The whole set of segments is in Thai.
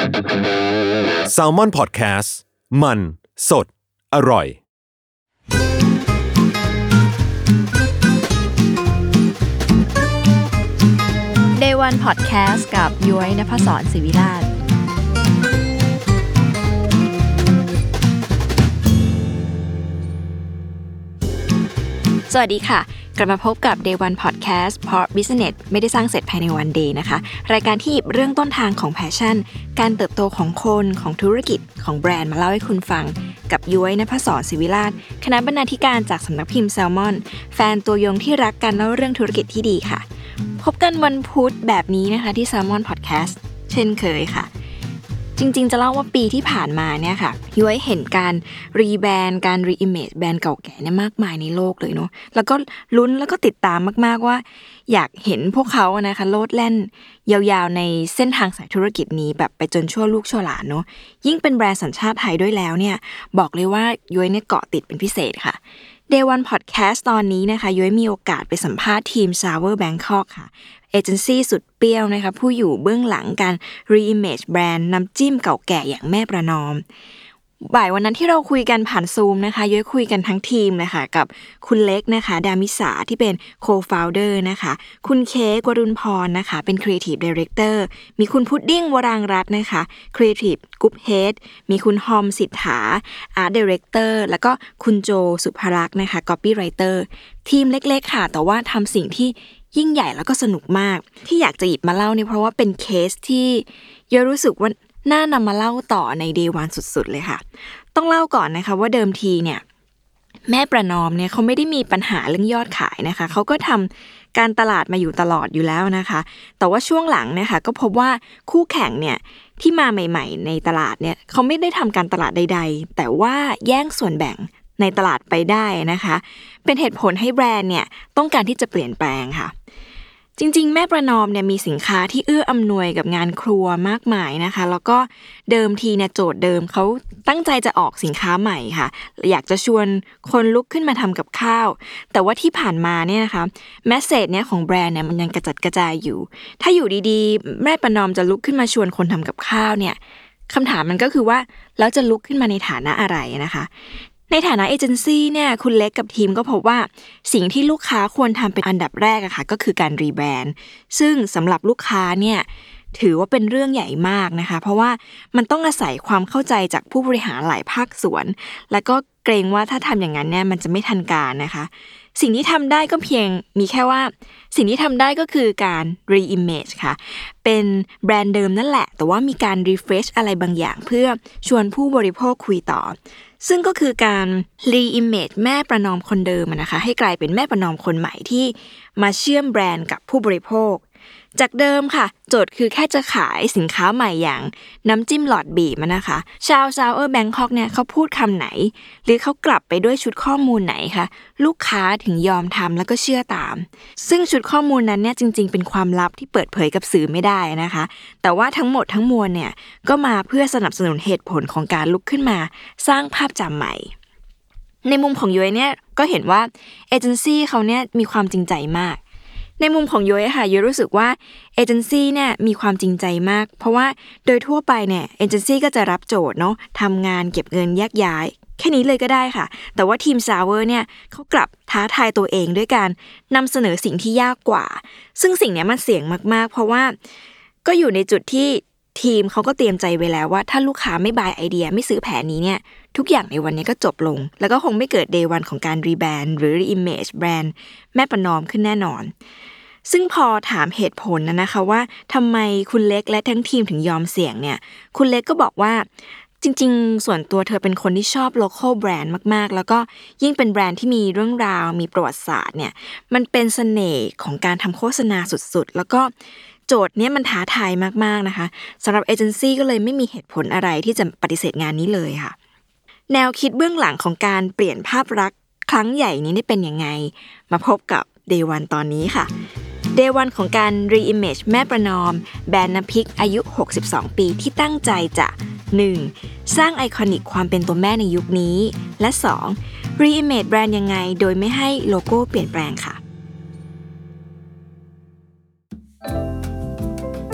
Salmon Podcast มันสดอร่อย Day One Podcast กับย้อยณภศร ศิวิราชสวัสดีค่ะกลับมาพบกับ Day One Podcast เพราะ Business ไม่ได้สร้างเสร็จภายในวัน Day นะคะรายการที่หยิบเรื่องต้นทางของ Passion การเติบโตของคนของธุรกิจของแบรนด์มาเล่าให้คุณฟังกับย้อยณภศร ศิวิราชคณะบรรณาธิการจากสำนักพิมพ์ Salmon แฟนตัวยงที่รักกันเล่าเรื่องธุรกิจที่ดีค่ะพบกันวันพุธแบบนี้นะคะที่ Salmon Podcast เช่นเคยค่ะจริงๆจะเล่าว่าปีที่ผ่านมาเนี่ยค่ะย้อยเห็นการรีแบรนด์การรีอิมเมจแบรนด์เก่าแก่เนี่ยมากมายในโลกเลยเนาะแล้วก็ลุ้นแล้วก็ติดตามมากๆว่าอยากเห็นพวกเขาอะนะคะโลดแล่นยาวๆในเส้นทางสายธุรกิจนี้แบบไปจนชั่วลูกชั่วหลานเนาะยิ่งเป็นแบรนด์สัญชาติไทยด้วยแล้วเนี่ยบอกเลยว่าย้อยเนี่ยเกาะติดเป็นพิเศษค่ะ Day One Podcast ตอนนี้นะคะย้อยมีโอกาสไปสัมภาษณ์ทีม Sour Bangkok ค่ะเอเจนซี่สุดเปรี้ยวนะคะผู้อยู่เบื้องหลังการ Reimage แบรนด์น้ำจิ้มเก่าแก่อย่างแม่ประนอมบ่ายวันนั้นที่เราคุยกันผ่านซูมนะคะย้อยคุยกันทั้งทีมเลยค่ะกับคุณเล็กนะคะดามิสาที่เป็น Co-founder นะคะคุณเค้กวรุณพรนะคะเป็น Creative Director มีคุณพุดดิ้งวรางรัตน์นะคะ Creative Group Head มีคุณฮอมสิทธา Art Director แล้วก็คุณโจสุภรักษ์นะคะ Copywriter ทีมเล็กๆค่ะแต่ว่าทำสิ่งที่ยิ่งใหญ่แล้วก็สนุกมากที่อยากจะหยิบมาเล่าเนี่ยเพราะว่าเป็นเคสที่ย้อยรู้สึกว่าน่านำมาเล่าต่อใน Day One สุดๆเลยค่ะต้องเล่าก่อนนะคะว่าเดิมทีเนี่ยแม่ประนอมเนี่ยเขาไม่ได้มีปัญหาเรื่องยอดขายนะคะเขาก็ทำการตลาดมาอยู่ตลอดอยู่แล้วนะคะแต่ว่าช่วงหลังนะคะก็พบว่าคู่แข่งเนี่ยที่มาใหม่ๆในตลาดเนี่ยเขาไม่ได้ทำการตลาดใดๆแต่ว่าแย่งส่วนแบ่งในตลาดไปได้นะคะเป็นเหตุผลให้แบรนด์เนี่ยต้องการที่จะเปลี่ยนแปลงค่ะจริงๆแม่ประนอมเนี่ยมีสินค้าที่เอื้ออำนวยกับงานครัวมากมายนะคะแล้วก็เดิมทีเนี่ยโจทย์เดิมเขาตั้งใจจะออกสินค้าใหม่ค่ะอยากจะชวนคนลุกขึ้นมาทำกับข้าวแต่ว่าที่ผ่านมาเนี่ยนะคะแมสเสจเนี่ยของแบรนด์เนี่ยมันยังกระจัดกระจายอยู่ถ้าอยู่ดีๆแม่ประนอมจะลุกขึ้นมาชวนคนทำกับข้าวเนี่ยคำถามมันก็คือว่าแล้วจะลุกขึ้นมาในฐานะอะไรนะคะในฐานะเอเจนซี่เนี่ยคุณเล็กกับทีมก็พบว่าสิ่งที่ลูกค้าควรทำเป็นอันดับแรกอะค่ะก็คือการรีแบรนด์ซึ่งสำหรับลูกค้าเนี่ยถือว่าเป็นเรื่องใหญ่มากนะคะเพราะว่ามันต้องอาศัยความเข้าใจจากผู้บริหารหลายภาคส่วนแล้วก็เกรงว่าถ้าทำอย่างนั้นเนี่ยมันจะไม่ทันการนะคะสิ่งที่ทำได้ก็เพียงมีแค่ว่าสิ่งที่ทำได้ก็คือการ reimage ค่ะเป็นแบรนด์เดิมนั่นแหละแต่ว่ามีการ refresh อะไรบางอย่างเพื่อชวนผู้บริโภคคุยต่อซึ่งก็คือการ reimage แม่ประนอมคนเดิมนะคะให้กลายเป็นแม่ประนอมคนใหม่ที่มาเชื่อมแบรนด์กับผู้บริโภคจากเดิมค่ะโจทย์คือแค่จะขายสินค้าใหม่อย่างน้ำจิ้มหลอดบีบนะคะชาวSour Bangkokเนี่ยเขาพูดคำไหนหรือเขากลับไปด้วยชุดข้อมูลไหนคะลูกค้าถึงยอมทำแล้วก็เชื่อตามซึ่งชุดข้อมูลนั้นเนี่ยจริงๆเป็นความลับที่เปิดเผยกับสื่อไม่ได้นะคะแต่ว่าทั้งหมดทั้งมวลเนี่ยก็มาเพื่อสนับสนุนเหตุผลของการลุกขึ้นมาสร้างภาพจำใหม่ในมุมของย้อยเนี่ยก็เห็นว่าเอเจนซี่เขาเนี่ยมีความจริงใจมากในมุมของย้อยค่ะย้อยรู้สึกว่าเอเจนซี่เนี่ยมีความจริงใจมากเพราะว่าโดยทั่วไปเนี่ยเอเจนซี่ก็จะรับโจทย์เนาะทำงานเก็บเงินแยกย้ายแค่นี้เลยก็ได้ค่ะแต่ว่าทีม Sour เนี่ยเขากลับท้าทายตัวเองด้วยการนำเสนอสิ่งที่ยากกว่าซึ่งสิ่งนี้มันเสี่ยงมากๆเพราะว่าก็อยู่ในจุดที่ทีมเขาก็เตรียมใจไว้แล้วว่าถ้าลูกค้าไม่บายไอเดียไม่ซื้อแผนนี้เนี่ยทุกอย่างในวันนี้ก็จบลงแล้วก็คงไม่เกิด Day One ของการรีแบรนด์หรือ reimage แบรนด์แม่ประนอมขึ้นแน่นอนซึ่งพอถามเหตุผลนะคะว่าทำไมคุณเล็กและทั้งทีมถึงยอมเสี่ยงเนี่ยคุณเล็กก็บอกว่าจริงๆส่วนตัวเธอเป็นคนที่ชอบ local brand มากๆแล้วก็ยิ่งเป็นแบรนด์ที่มีเรื่องราวมีประวัติศาสตร์เนี่ยมันเป็นเสน่ห์ของการทำโฆษณาสุดๆแล้วก็โจทย์นี้มันท้าทายมากๆนะคะสำหรับเอเจนซี่ก็เลยไม่มีเหตุผลอะไรที่จะปฏิเสธงานนี้เลยค่ะแนวคิดเบื้องหลังของการเปลี่ยนภาพลักษณ์ครั้งใหญ่นี้ได้เป็นยังไงมาพบกับ Day One ตอนนี้ค่ะDay One ของการ reimage แม่ประนอมแบรนด์น้ำพริกอายุ62ปีที่ตั้งใจจะ 1. สร้างไอคอนิกความเป็นตัวแม่ในยุคนี้และ 2. reimage แบรนด์ยังไงโดยไม่ให้โลโก้เปลี่ยนแปลงค่ะ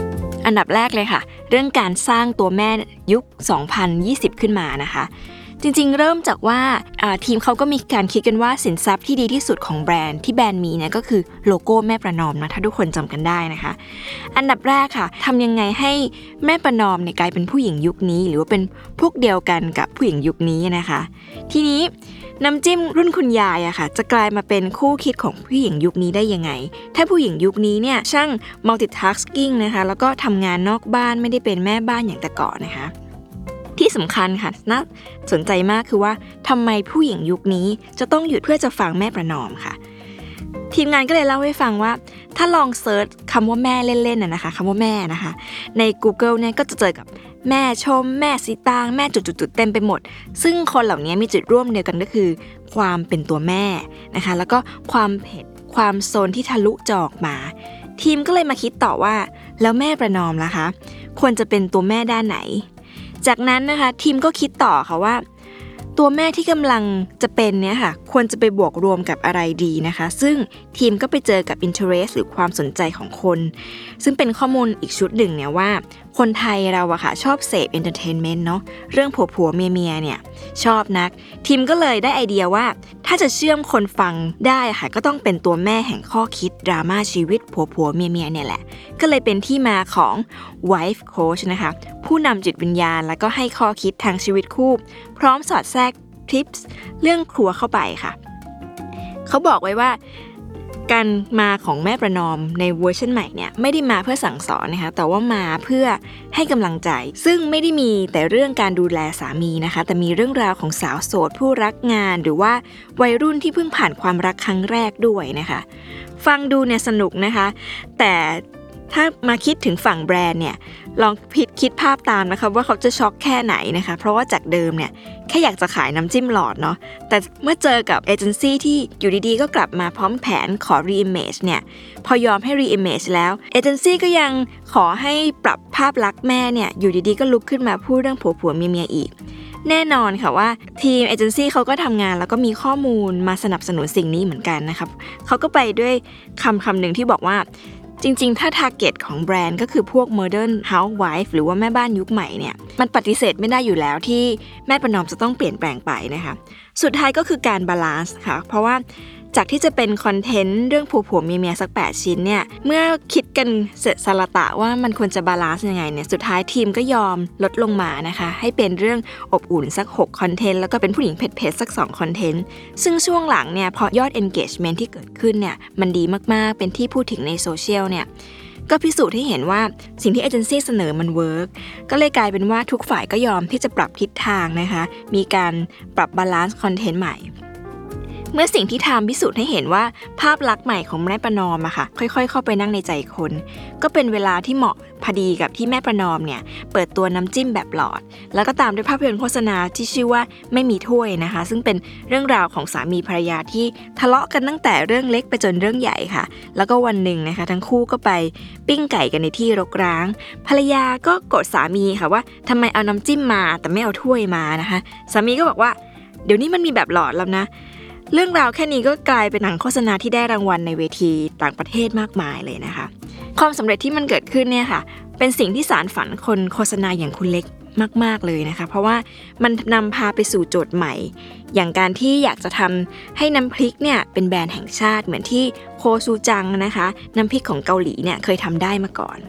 อันดับแรกเลยค่ะเรื่องการสร้างตัวแม่ยุค 2020 ขึ้นมานะคะจริงๆเริ่มจากว่าทีมเขาก็มีการคิดกันว่าสินทรัพย์ที่ดีที่สุดของแบรนด์ที่แบรนด์มีเนี่ยก็คือโลโก้แม่ประนอมนะถ้าทุกคนจำกันได้นะคะอันดับแรกค่ะทำยังไงให้แม่ประนอมเนี่ยกลายเป็นผู้หญิงยุคนี้หรือว่าเป็นพวกเดียวกันกับผู้หญิงยุคนี้นะคะทีนี้น้ำจิ้มรุ่นคุณยายอะค่ะจะกลายมาเป็นคู่คิดของผู้หญิงยุคนี้ได้ยังไงถ้าผู้หญิงยุคนี้เนี่ยช่าง multitasking นะคะแล้วก็ทำงานนอกบ้านไม่ได้เป็นแม่บ้านอย่างแต่ก่อนนะคะที่สำคัญค่ะน่าสนใจมากคือว่าทำไมผู้หญิงยุคนี้จะต้องหยุดเพื่อจะฟังแม่ประนอมค่ะทีมงานก็เลยเล่าให้ฟังว่าถ้าลองเซิร์ชคำว่าแม่เล่นๆนะคะคำว่าแม่นะคะใน Google เนี่ยก็จะเจอกับแม่ชมแม่สีตางแม่จุดๆเต็มไปหมดซึ่งคนเหล่านี้มีจุดร่วมเดียวกันก็คือความเป็นตัวแม่นะคะแล้วก็ความเผ็ดความโซนที่ทะลุจออกมาทีมก็เลยมาคิดต่อว่าแล้วแม่ประนอมล่ะคะควรจะเป็นตัวแม่ด้านไหนจากนั้นนะคะทีมก็คิดต่อค่ะว่าตัวแม่ที่กำลังจะเป็นเนี่ยค่ะควรจะไปบวกรวมกับอะไรดีนะคะซึ่งทีมก็ไปเจอกับ interest หรือความสนใจของคนซึ่งเป็นข้อมูลอีกชุดหนึ่งเนี่ยว่าคนไทยเราอะค่ะชอบเสพ entertainment เนาะเรื่องผัวเมียเนี่ยชอบนักทีมก็เลยได้ไอเดียว่าถ้าจะเชื่อมคนฟังได้ค่ะก็ต้องเป็นตัวแม่แห่งข้อคิดดราม่าชีวิตผัวเมียเนี่ยแหละก็เลยเป็นที่มาของ wife coach นะคะผู้นำจิตวิญญาณแล้วก็ให้ข้อคิดทางชีวิตคู่พร้อมสอดแทรกทิปส์เรื่องครัวเข้าไปค่ะเขาบอกไว้ว่าการมาของแม่ประนอมในเวอร์ชันใหม่เนี่ยไม่ได้มาเพื่อสั่งสอนนะคะแต่ว่ามาเพื่อให้กำลังใจซึ่งไม่ได้มีแต่เรื่องการดูแลสามีนะคะแต่มีเรื่องราวของสาวโสดผู้รักงานหรือว่าวัยรุ่นที่เพิ่งผ่านความรักครั้งแรกด้วยนะคะฟังดูเนี่ยสนุกนะคะแต่ถ้ามาคิดถึงฝั่งแบรนด์เนี่ยลองคิดภาพตามนะคะว่าเขาจะช็อกแค่ไหนนะคะเพราะว่าจากเดิมเนี่ยแค่อยากจะขายน้ำจิ้มหลอดเนาะแต่เมื่อเจอกับเอเจนซี่ที่อยู่ดีๆก็กลับมาพร้อมแผนขอ re-image เนี่ยพอยอมให้ re-image แล้วเอเจนซี่ก็ยังขอให้ปรับภาพลักษณ์แม่เนี่ยอยู่ดีๆก็ลุกขึ้นมาพูดเรื่องผัวเมียอีกแน่นอนค่ะว่าทีมเอเจนซี่เขาก็ทำงานแล้วก็มีข้อมูลมาสนับสนุนสิ่งนี้เหมือนกันนะครับเขาก็ไปด้วยคำหนึ่งที่บอกว่าจริงๆถ้า target ของแบรนด์ก็คือพวก modern housewife หรือว่าแม่บ้านยุคใหม่เนี่ยมันปฏิเสธไม่ได้อยู่แล้วที่แม่ประนอมจะต้องเปลี่ยนแปลงไปนะคะสุดท้ายก็คือการบาลานซ์ค่ะเพราะว่าจากที่จะเป็นคอนเทนต์เรื่องผัวเมียสัก8ชิ้นเนี่ยเมื่อคิดกันเสร็จสละตะว่ามันควรจะบาลานซ์ยังไงเนี่ยสุดท้ายทีมก็ยอมลดลงมานะคะให้เป็นเรื่องอบอุ่นสัก6คอนเทนต์แล้วก็เป็นผู้หญิงเผ็ดๆสัก2คอนเทนต์ซึ่งช่วงหลังเนี่ยพอยอด engagement ที่เกิดขึ้นเนี่ยมันดีมากๆเป็นที่พูดถึงในโซเชียลเนี่ยก็พิสูจน์ให้เห็นว่าสิ่งที่เอเจนซี่เสนอมันเวิร์กก็เลยกลายเป็นว่าทุกฝ่ายก็ยอมที่จะปรับทิศทางนะคะมีการปรับบาลานซ์คอนเทนต์ใหม่เมื่อสิ่งที่ทำพิสูจน์ให้เห็นว่าภาพลักษณ์ใหม่ของแม่ประนอมอะค่ะค่อยๆเข้าไปนั่งในใจคนก็เป็นเวลาที่เหมาะพอดีกับที่แม่ประนอมเนี่ยเปิดตัวน้ำจิ้มแบบหลอดแล้วก็ตามด้วยภาพยนตร์โฆษณาที่ชื่อว่าไม่มีถ้วยนะคะซึ่งเป็นเรื่องราวของสามีภรรยาที่ทะเลาะกันตั้งแต่เรื่องเล็กไปจนเรื่องใหญ่ค่ะแล้วก็วันหนึ่งนะคะทั้งคู่ก็ไปปิ้งไก่กันในที่รกร้างภรรยาก็โกรธสามีค่ะว่าทำไมเอาน้ำจิ้มมาแต่ไม่เอาถ้วยมานะคะสามีก็บอกว่าเดี๋ยวนี้มันมีแบบหลอดแล้วนะเรื่องราวแค่นี้ก็กลายเป็นหนังโฆษณาที่ได้รางวัลในเวทีต่างประเทศมากมายเลยนะคะความสำเร็จที่มันเกิดขึ้นเนี่ยค่ะเป็นสิ่งที่สานฝันคนโฆษณาอย่างคุณเล็กมากๆเลยนะคะเพราะว่ามันนำพาไปสู่โจทย์ใหม่อย่างการที่อยากจะทำให้น้ำพริกเนี่ยเป็นแบรนด์แห่งชาติเหมือนที่โคซูจังนะคะน้ำพริกของเกาหลีเนี่ยเคยทำได้มาก่อน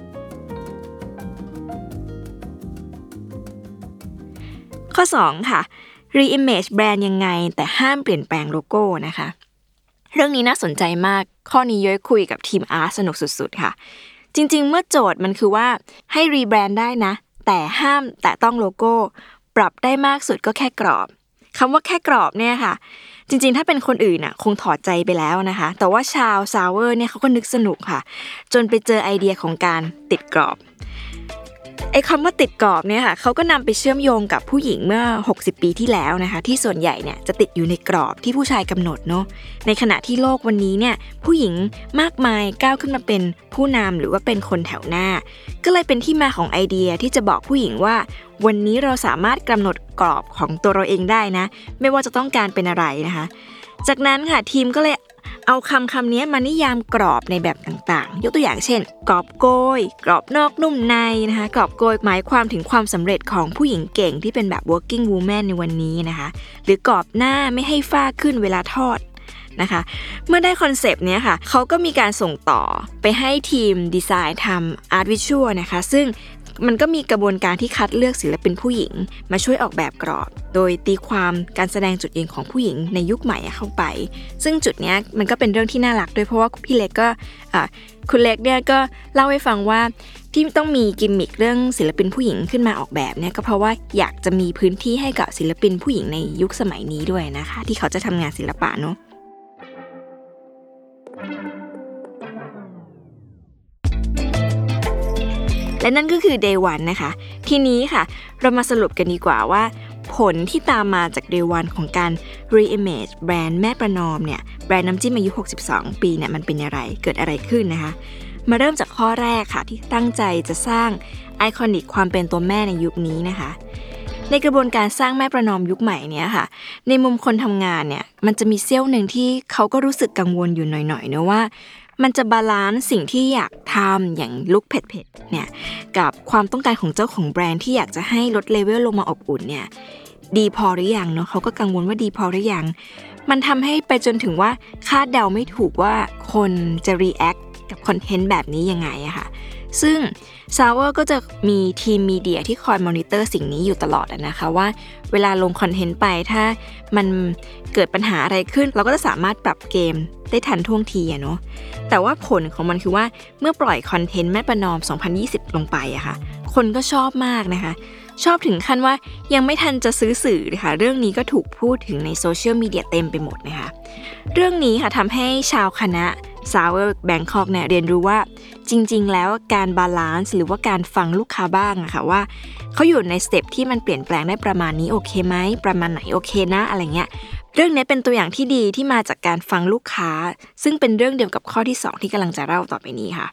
ข้อ2ค่ะre-image แบรนด์ยังไงแต่ห้ามเปลี่ยนแปลงโลโก้นะคะเรื่องนี้น่าสนใจมากข้อนี้ย้อยคุยกับทีมอาร์ตสนุกสุดๆค่ะจริงๆเมื่อโจทย์มันคือว่าให้รีแบรนด์ได้นะแต่ห้ามแตะต้องโลโก้ปรับได้มากสุดก็แค่กรอบคำว่าแค่กรอบเนี่ยค่ะจริงๆถ้าเป็นคนอื่นน่ะคงถอดใจไปแล้วนะคะแต่ว่าชาวซาวเวอร์เนี่ยเขาก็นึกสนุกค่ะจนไปเจอไอเดียของการติดกรอบไอ้คำว่าติดกรอบเนี่ยค่ะเขาก็นำไปเชื่อมโยงกับผู้หญิงเมื่อ60ปีที่แล้วนะคะที่ส่วนใหญ่เนี่ยจะติดอยู่ในกรอบที่ผู้ชายกำหนดเนาะในขณะที่โลกวันนี้เนี่ยผู้หญิงมากมายก้าวขึ้นมาเป็นผู้นำหรือว่าเป็นคนแถวหน้าก็เลยเป็นที่มาของไอเดียที่จะบอกผู้หญิงว่าวันนี้เราสามารถกำหนดกรอบของตัวเราเองได้นะไม่ว่าจะต้องการเป็นอะไรนะคะจากนั้นค่ะทีมก็เลยเอาคำนี้มานิยามกรอบในแบบต่างๆยกตัวอย่างเช่นกรอบโกยกรอบนอกนุ่มในนะคะกรอบโกยหมายความถึงความสำเร็จของผู้หญิงเก่งที่เป็นแบบ working woman ในวันนี้นะคะหรือกรอบหน้าไม่ให้ฝ้าขึ้นเวลาทอดนะคะเมื่อได้คอนเซปต์นี้ค่ะเขาก็มีการส่งต่อไปให้ทีมดีไซน์ทำอาร์ตวิชวลนะคะซึ่งมันก็มีกระบวนการที่คัดเลือกศิลปินผู้หญิงมาช่วยออกแบบกรอบโดยตีความการแสดงจุดยืนของผู้หญิงในยุคใหม่เข้าไปซึ่งจุดนี้มันก็เป็นเรื่องที่น่ารักด้วยเพราะว่าพี่เล็กก็คุณเล็กเนี่ยก็เล่าให้ฟังว่าที่ต้องมีกิมมิคเรื่องศิลปินผู้หญิงขึ้นมาออกแบบเนี่ยก็เพราะว่าอยากจะมีพื้นที่ให้กับศิลปินผู้หญิงในยุคสมัยนี้ด้วยนะคะที่เขาจะทำงานศิลปะเนาะและนั่นก็คือ Day 1 นะคะทีนี้ค่ะเรามาสรุปกันดีกว่าว่าผลที่ตามมาจาก Day 1 ของการ Reimage แบรนด์แม่ประนอมเนี่ยแบรนด์น้ำจิ้มอายุ62ปีเนี่ยมันเป็นอะไรเกิดอะไรขึ้นนะคะมาเริ่มจากข้อแรกค่ะที่ตั้งใจจะสร้างไอคอนิกความเป็นตัวแม่ในยุคนี้นะคะในกระบวนการสร้างแม่ประนอมยุคใหม่เนี่ยค่ะในมุมคนทำงานเนี่ยมันจะมีเสี้ยวหนึ่งที่เขาก็รู้สึกกังวลอยู่หน่อยๆนะว่ามันจะบาลานซ์สิ่งที่อยากทำอย่างลุคเผ็ดๆเนี่ยกับความต้องการของเจ้าของแบรนด์ที่อยากจะให้ลดเลเวลลงมาอบอุ่นเนี่ยดีพอหรือยังเนาะเขาก็กังวลว่าดีพอหรือยังมันทำให้ไปจนถึงว่าคาดเดาไม่ถูกว่าคนจะรีแอคกับคอนเทนต์แบบนี้ยังไงอะค่ะซึ่ง Sour ก็จะมีทีมมีเดียที่คอยมอนิเตอร์สิ่งนี้อยู่ตลอดนะคะว่าเวลาลงคอนเทนต์ไปถ้ามันเกิดปัญหาอะไรขึ้นเราก็จะสามารถปรับเกมได้ทันท่วงทีเนาะแต่ว่าผลของมันคือว่าเมื่อปล่อยคอนเทนต์แม่ประนอม2020ลงไปอะค่ะคนก็ชอบมากนะคะชอบถึงขั้นว่ายังไม่ทันจะซื้อสื่อเลยค่ะเรื่องนี้ก็ถูกพูดถึงในโซเชียลมีเดียเต็มไปหมดนะคะเรื่องนี้ค่ะทำให้ชาวคณะSour Bangkok เนี่ยเรียนรู้ว่าจริงๆแล้วการบาลานซ์หรือว่าการฟังลูกค้าบ้างอะค่ะว่าเขาอยู่ในสเต็ปที่มันเปลี่ยนแปลงได้ประมาณนี้โอเคไหมประมาณไหนโอเคนะอะไรเงี้ยเรื่องนี้เป็นตัวอย่างที่ดีที่มาจากการฟังลูกค้าซึ่งเป็นเรื่องเดียวกับข้อที่2ที่กำลังจะเล่าต่อไปนี้ค่ะ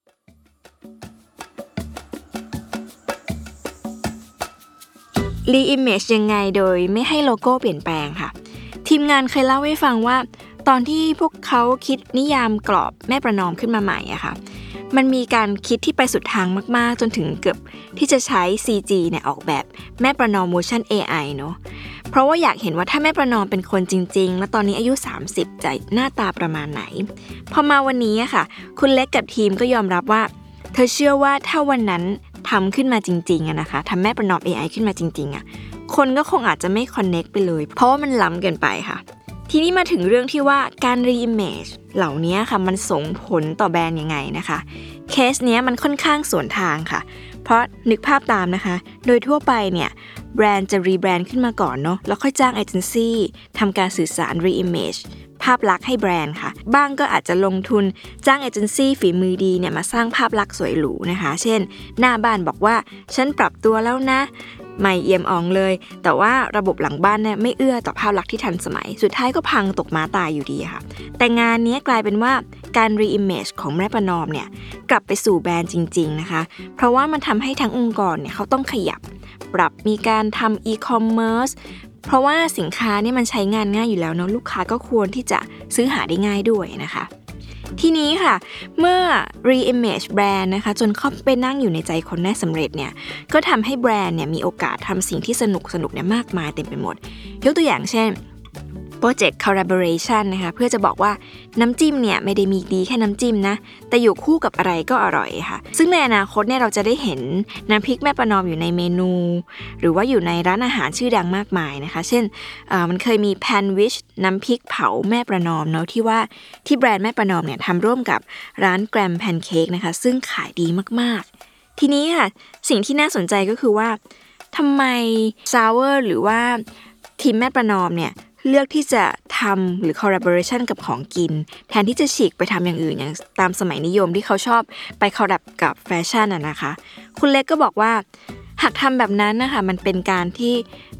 Reimage ยังไงโดยไม่ให้โลโก้เปลี่ยนแปลงค่ะทีมงานเคยเล่าให้ฟังว่าตอนที่พวกเขาคิดนิยามกรอบแม่ประนอมขึ้นมาใหม่อะค่ะมันมีการคิดที่ไปสุดทางมากๆจนถึงเกือบที่จะใช้ CG เนี่ยออกแบบแม่ประนอม Motion AI เนาะเพราะว่าอยากเห็นว่าถ้าแม่ประนอมเป็นคนจริงๆแล้วตอนนี้อายุ30จะหน้าตาประมาณไหนพอมาวันนี้อะค่ะคุณเล็กกับทีมก็ยอมรับว่าเธอเชื่อว่าถ้าวันนั้นทำขึ้นมาจริงๆอะนะคะทำแม่ประนอม AI ขึ้นมาจริงๆอะคนก็คงอาจจะไม่ connect ไปเลยเพราะว่ามันล้ำเกินไปค่ะทีนี้มาถึงเรื่องที่ว่าการ reimage เหล่านี้ค่ะมันส่งผลต่อแบรนด์ยังไงนะคะเคสเนี้ยมันค่อนข้างสวนทางค่ะเพราะนึกภาพตามนะคะโดยทั่วไปเนี่ยแบรนด์จะรีแบรนด์ขึ้นมาก่อนเนาะแล้วค่อยจ้างเอเจนซี่ทำการสื่อสาร reimage ภาพลักษณ์ให้แบรนด์ค่ะบ้างก็อาจจะลงทุนจ้างเอเจนซี่ฝีมือดีเนี่ยมาสร้างภาพลักษณ์สวยหรูนะคะเช่นหน้าบ้านบอกว่าฉันปรับตัวแล้วนะไม่เอี่ยมอ่องเลยแต่ว่าระบบหลังบ้านเนี่ยไม่เอื้อต่อภาพลักษณ์ที่ทันสมัยสุดท้ายก็พังตกม้าตายอยู่ดีค่ะแต่งานนี้กลายเป็นว่าการ reimage ของแม่ประนอมเนี่ยกลับไปสู่แบรนด์จริงๆนะคะเพราะว่ามันทำให้ทั้งองค์กรเนี่ยเขาต้องขยับปรับมีการทำ e-commerce เพราะว่าสินค้าเนี่ยมันใช้งานง่ายอยู่แล้วเนาะลูกค้าก็ควรที่จะซื้อหาได้ง่ายด้วยนะคะทีนี้ค่ะเมื่อ reimage แบรนด์นะคะจนเข้าไปนั่งอยู่ในใจคนได้สำเร็จเนี่ยก็ทำให้แบรนด์เนี่ยมีโอกาสทำสิ่งที่สนุกเนี่ยมากมายเต็มไปหมดยกตัวอย่างเช่นโปรเจกต์ collaboration นะคะเพื่อจะบอกว่าน้ำจิ้มเนี่ยไม่ได้มีดีแค่น้ำจิ้มนะแต่อยู่คู่กับอะไรก็อร่อยค่ะซึ่งในอนาคตเนี่ยเราจะได้เห็นน้ำพริกแม่ประนอมอยู่ในเมนูหรือว่าอยู่ในร้านอาหารชื่อดังมากมายนะคะเช่นมันเคยมีแพนวิชน้ำพริกเผาแม่ประนอมเนาะที่แบรนด์แม่ประนอมเนี่ยทำร่วมกับร้านแกรมแพนเค้กนะคะซึ่งขายดีมากๆทีนี้ค่ะสิ่งที่น่าสนใจก็คือว่าทำไม Sour หรือว่าทีมแม่ประนอมเนี่ยเลือกที่จะทำหรือ collaboration กับของกินแทนที่จะฉีกไปทำอย่างอื่นอย่างตามสมัยนิยมที่เขาชอบไป collab กับแฟชั่นนะคะคุณเล็กก็บอกว่าหากทำแบบนั้นนะคะมันเป็นการที่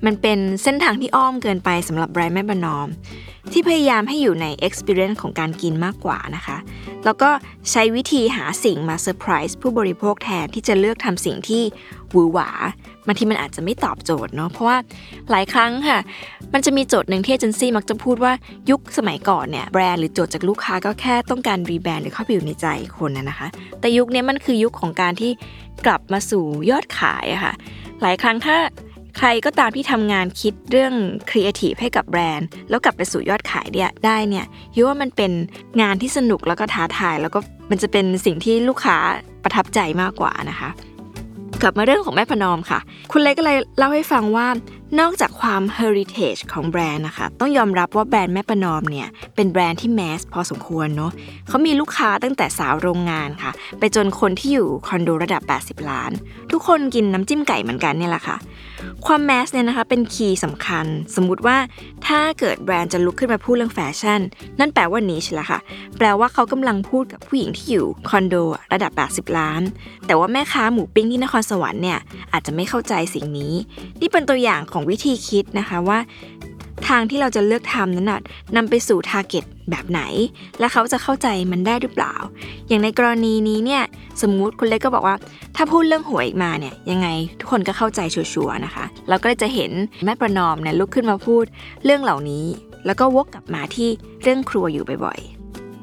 มันเป็นเส้นทางที่อ้อมเกินไปสำหรับแบรนด์แม่ประนอมที่พยายามให้อยู่ใน experience ของการกินมากกว่านะคะแล้วก็ใช้วิธีหาสิ่งมาเซอร์ไพรส์ผู้บริโภคแทนที่จะเลือกทำสิ่งที่หวือหวาบางทีมันอาจจะไม่ตอบโจทย์เนาะเพราะว่าหลายครั้งค่ะมันจะมีโจทย์หนึ่งที่เอเจนซี่มักจะพูดว่ายุคสมัยก่อนเนี่ยแบรนด์หรือโจทย์จากลูกค้าก็แค่ต้องการรีแบรนด์หรือเข้าไปอยู่ในใจคนนะคะแต่ยุคนี้มันคือยุคของการที่กลับมาสู่ยอดขายอะค่ะหลายครั้งถ้าใครก็ตามที่ทำงานคิดเรื่องครีเอทีฟให้กับแบรนด์แล้วกลับไปสู่ยอดขายได้เนี่ยยูว่ามันเป็นงานที่สนุกแล้วก็ท้าทายแล้วก็มันจะเป็นสิ่งที่ลูกค้าประทับใจมากกว่านะคะกลับมาเรื่องของแม่ประนอมค่ะคุณเล็กก็เลยเล่าให้ฟังว่านอกจากความ heritage ของแบรนด์นะคะต้องยอมรับว่าแบรนด์แม่ประนอมเนี่ยเป็นแบรนด์ที่แมสพอสมควรเนาะเขามีลูกค้าตั้งแต่สาวโรงงานค่ะไปจนคนที่อยู่คอนโดระดับ80ล้านทุกคนกินน้ำจิ้มไก่เหมือนกันเนี่ยแหละค่ะความแมสเนี่ยนะคะเป็นคีย์สำคัญสมมุติว่าถ้าเกิดแบรนด์จะลุกขึ้นมาพูดเรื่องแฟชั่นนั่นแปลว่า niche ละค่ะแปลว่าเขากำลังพูดกับผู้หญิงที่อยู่คอนโดระดับ80ล้านแต่ว่าแม่ค้าหมูปิ้งที่นครสวรรค์เนี่ยอาจจะไม่เข้าใจสิ่งนี้นี่เป็นตัวอย่างของวิธีคิดนะคะว่าทางที่เราจะเลือกทำนั้นน่ะนำไปสู่ทาร์เก็ตแบบไหนและเขาจะเข้าใจมันได้หรือเปล่าอย่างในกรณีนี้เนี่ยสมมุติคุณเล็กก็บอกว่าถ้าพูดเรื่องหวยมาเนี่ยยังไงทุกคนก็เข้าใจชัวร์ๆนะคะเราก็เลยจะเห็นแม่ประนอมเนี่ยลุกขึ้นมาพูดเรื่องเหล่านี้แล้วก็วกกลับมาที่เรื่องครัวอยู่บ่อยๆ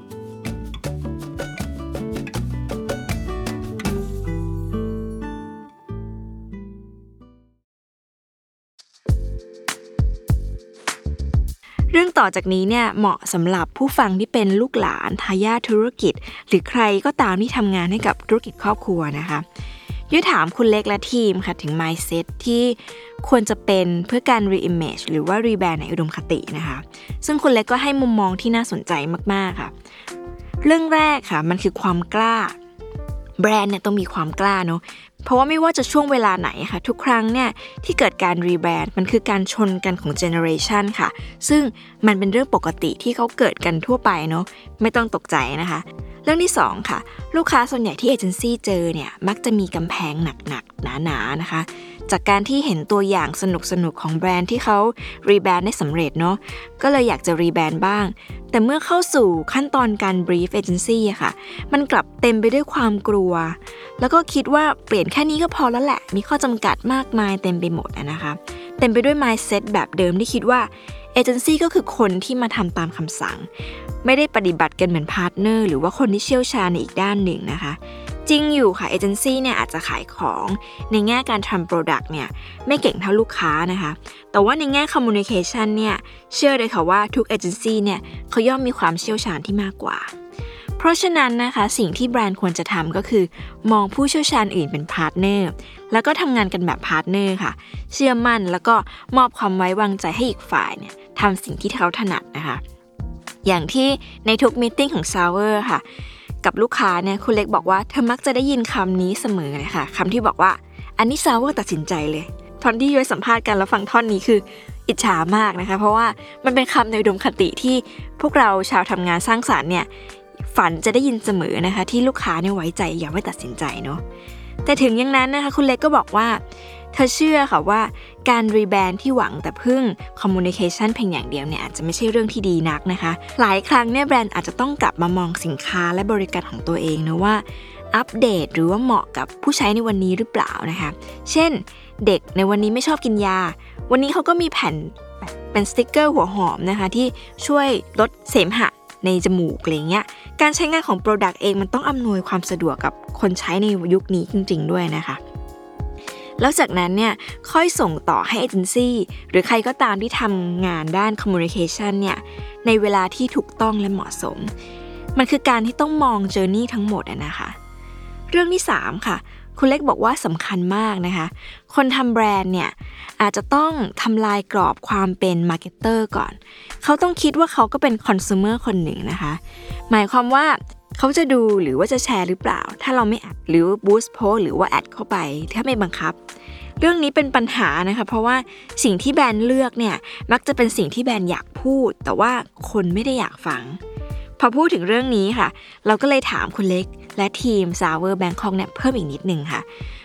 เรื่องต่อจากนี้เนี่ยเหมาะสำหรับผู้ฟังที่เป็นลูกหลานทายาทธุรกิจหรือใครก็ตามที่ทำงานให้กับธุรกิจครอบครัวนะคะยุ้ยถามคุณเล็กและทีมค่ะถึง mindset ที่ควรจะเป็นเพื่อการ reimage หรือว่า rebrand ในอุดมคตินะคะซึ่งคุณเล็กก็ให้มุมมองที่น่าสนใจมากๆค่ะเรื่องแรกค่ะมันคือความกล้าแบรนด์เนี่ยต้องมีความกล้าเนาะเพราะว่าไม่ว่าจะช่วงเวลาไหนค่ะทุกครั้งเนี่ยที่เกิดการรีแบรนด์มันคือการชนกันของเจเนอเรชันค่ะซึ่งมันเป็นเรื่องปกติที่เขาเกิดกันทั่วไปเนาะไม่ต้องตกใจนะคะเรื่องที่2ค่ะลูกค้าส่วนใหญ่ที่เอเจนซี่เจอเนี่ยมักจะมีกำแพงหนักๆหนาๆนะคะจากการที่เห็นตัวอย่างสนุกๆของแบรนด์ที่เขารีแบรนด์ได้สำเร็จเนาะก็เลยอยากจะรีแบรนด์บ้างแต่เมื่อเข้าสู่ขั้นตอนการบรีฟเอเจนซี่อะค่ะมันกลับเต็มไปด้วยความกลัวแล้วก็คิดว่าเปลี่ยนแค่นี้ก็พอแล้วแหละมีข้อจำกัดมากมายเต็มไปหมดนะคะเต็มไปด้วย mindset แบบเดิมที่คิดว่าเอเจนซี่ก็คือคนที่มาทำตามคำสั่งไม่ได้ปฏิบัติกันเหมือนพาร์ทเนอร์หรือว่าคนที่เชี่ยวชาญในอีกด้านหนึ่งนะคะจริงอยู่ค่ะเอเจนซี่เนี่ยอาจจะขายของในแง่การทำโปรดักต์เนี่ยไม่เก่งเท่าลูกค้านะคะแต่ว่าในแง่คอมมูนิเคชันเนี่ยเชื่อเลยค่ะว่าทุกเอเจนซี่เนี่ยเขาย่อมมีความเชี่ยวชาญที่มากกว่าเพราะฉะนั้นนะคะสิ่งที่แบรนด์ควรจะทำก็คือมองผู้เชี่ยวชาญอื่นเป็นพาร์ทเนอร์แล้วก็ทำงานกันแบบพาร์ทเนอร์ค่ะเชื่อมั่นแล้วก็มอบความไว้วางใจให้อีกฝ่ายเนี่ยทำสิ่งที่เขาถนัดนะคะอย่างที่ในทุกมีตติ้งของ Sour ค่ะกับลูกค้าเนี่ยคุณเล็กบอกว่าเธอมักจะได้ยินคำนี้เสมอเลยค่ะคำที่บอกว่าอันนี้ Sour ตัดสินใจเลยตอนที่ย้อยสัมภาษณ์กันแล้วฟังท่อนนี้คืออิจฉามากนะคะเพราะว่ามันเป็นคำในอุดมคติที่พวกเราชาวทำงานสร้างสรรค์เนี่ยฝันจะได้ยินเสมอนะคะที่ลูกค้าเนี่ยไว้ใจอย่าไว้ตัดสินใจเนาะแต่ถึงอย่างนั้นนะคะคุณเล็กก็บอกว่าเธอเชื่อค่ะว่าการรีแบรนด์ที่หวังแต่พึ่งคอมมูนิเคชันเพียงอย่างเดียวเนี่ยอาจจะไม่ใช่เรื่องที่ดีนักนะคะหลายครั้งเนี่ยแบรนด์อาจจะต้องกลับมามองสินค้าและบริการของตัวเองนะว่าอัปเดตหรือว่าเหมาะกับผู้ใช้ในวันนี้หรือเปล่านะคะเช่นเด็กในวันนี้ไม่ชอบกินยาวันนี้เขาก็มีแผ่นเป็นสติ๊กเกอร์หัวหอมนะคะที่ช่วยลดเสมหะในจมูกอะไรเงี้ยการใช้งานของ Product เองมันต้องอำนวยความสะดวกกับคนใช้ในยุคนี้จริงๆด้วยนะคะแล้วจากนั้นเนี่ยค่อยส่งต่อให้เอเจนซี่หรือใครก็ตามที่ทำงานด้าน Communication เนี่ยในเวลาที่ถูกต้องและเหมาะสมมันคือการที่ต้องมอง Journey ทั้งหมดนะคะเรื่องที่3ค่ะคุณเล็กบอกว่าสำคัญมากนะคะคนทำแบรนด์เนี่ยอาจจะต้องทำลายกรอบความเป็นมาร์เก็ตเตอร์ก่อนเขาต้องคิดว่าเขาก็เป็นคอน sumer คนหนึ่งนะคะหมายความว่าเขาจะดูหรือว่าจะแชร์หรือเปล่าถ้าเราไม่อัดหรือบูสต์โพสหรือว่าแอดเข้าไปถ้าไม่บังคับเรื่องนี้เป็นปัญหานะคะเพราะว่าสิ่งที่แบรนด์เลือกเนี่ยมักจะเป็นสิ่งที่แบรนด์อยากพูดแต่ว่าคนไม่ได้อยากฟังพอพูดถึงเรื่องนี้ค่ะเราก็เลยถามคุณเล็กและทีม Sour Bangkok เนี่ยเพิ่มอีกนิดนึงค่ะ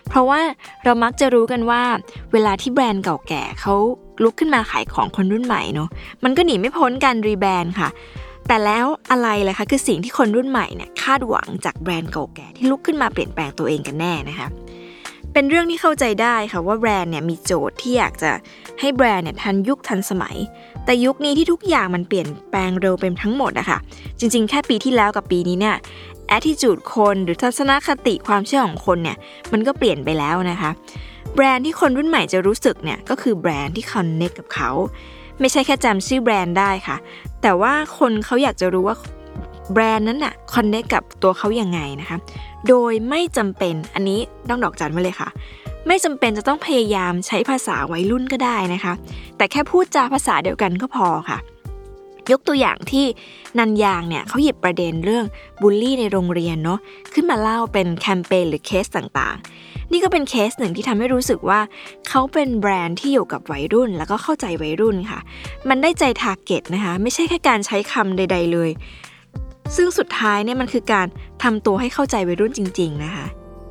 เพราะว่าเรามักจะรู้กันว่าเวลาที่แบรนด์เก่าแก่เขาลุกขึ้นมาขายของคนรุ่นใหม่เนาะมันก็หนีไม่พ้นการรีแบรนด์ค่ะแต่แล้วอะไรล่ะคะคือสิ่งที่คนรุ่นใหม่เนี่ยคาดหวังจากแบรนด์เก่าแก่ที่ลุกขึ้นมาเปลี่ยนแปลงตัวเองกันแน่นะคะเป็นเรื่องที่เข้าใจได้ค่ะว่าแบรนด์เนี่ยมีโจทย์ที่อยากจะให้แบรนด์เนี่ยทันยุคทันสมัยแต่ยุคนี้ที่ทุกอย่างมันเปลี่ยนแปลงเร็วเป็นทั้งหมดอะค่ะจริงๆแค่ปีที่แล้วกับปีนี้เนี่ยattitude คนหรือทัศนคติความเชื่อของคนเนี่ยมันก็เปลี่ยนไปแล้วนะคะแบรนด์ที่คนรุ่นใหม่จะรู้สึกเนี่ยก็คือแบรนด์ที่ connect กับเขาไม่ใช่แค่จำชื่อแบรนด์ได้ค่ะแต่ว่าคนเขาอยากจะรู้ว่าแบรนด์นั้นน่ะ connect กับตัวเขายังไงนะคะโดยไม่จำเป็นอันนี้ต้องดอกจันไว้เลยค่ะไม่จำเป็นจะต้องพยายามใช้ภาษาวัยรุ่นก็ได้นะคะแต่แค่พูดจาภาษาเดียวกันก็พอค่ะยกตัวอย่างที่นันยางเนี่ยเขาหยิบประเด็นเรื่องบูลลี่ในโรงเรียนเนาะขึ้นมาเล่าเป็นแคมเปญหรือเคสต่างๆนี่ก็เป็นเคสหนึ่งที่ทำให้รู้สึกว่าเขาเป็นแบรนด์ที่อยู่กับวัยรุ่นแล้วก็เข้าใจวัยรุ่นค่ะมันได้ใจทาร์เก็ตนะคะไม่ใช่แค่การใช้คำใดๆเลยซึ่งสุดท้ายเนี่ยมันคือการทำตัวให้เข้าใจวัยรุ่นจริงๆนะคะ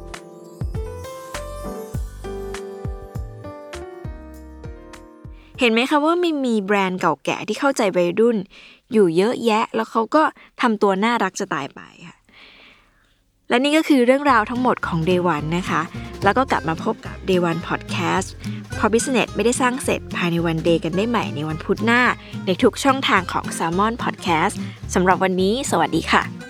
เห็นไหมคะว่ามีแบรนด์เก่าแก่ที่เข้าใจวัยรุ่นอยู่เยอะแยะแล้วเขาก็ทำตัวน่ารักจะตายไปค่ะและนี่ก็คือเรื่องราวทั้งหมดของ Day One นะคะแล้วก็กลับมาพบกับ Day One Podcast เพราะ Business ไม่ได้สร้างเสร็จภายในวัน Day กันได้ใหม่ในวันพุธหน้าในทุกช่องทางของ Salmon Podcast สำหรับวันนี้สวัสดีค่ะ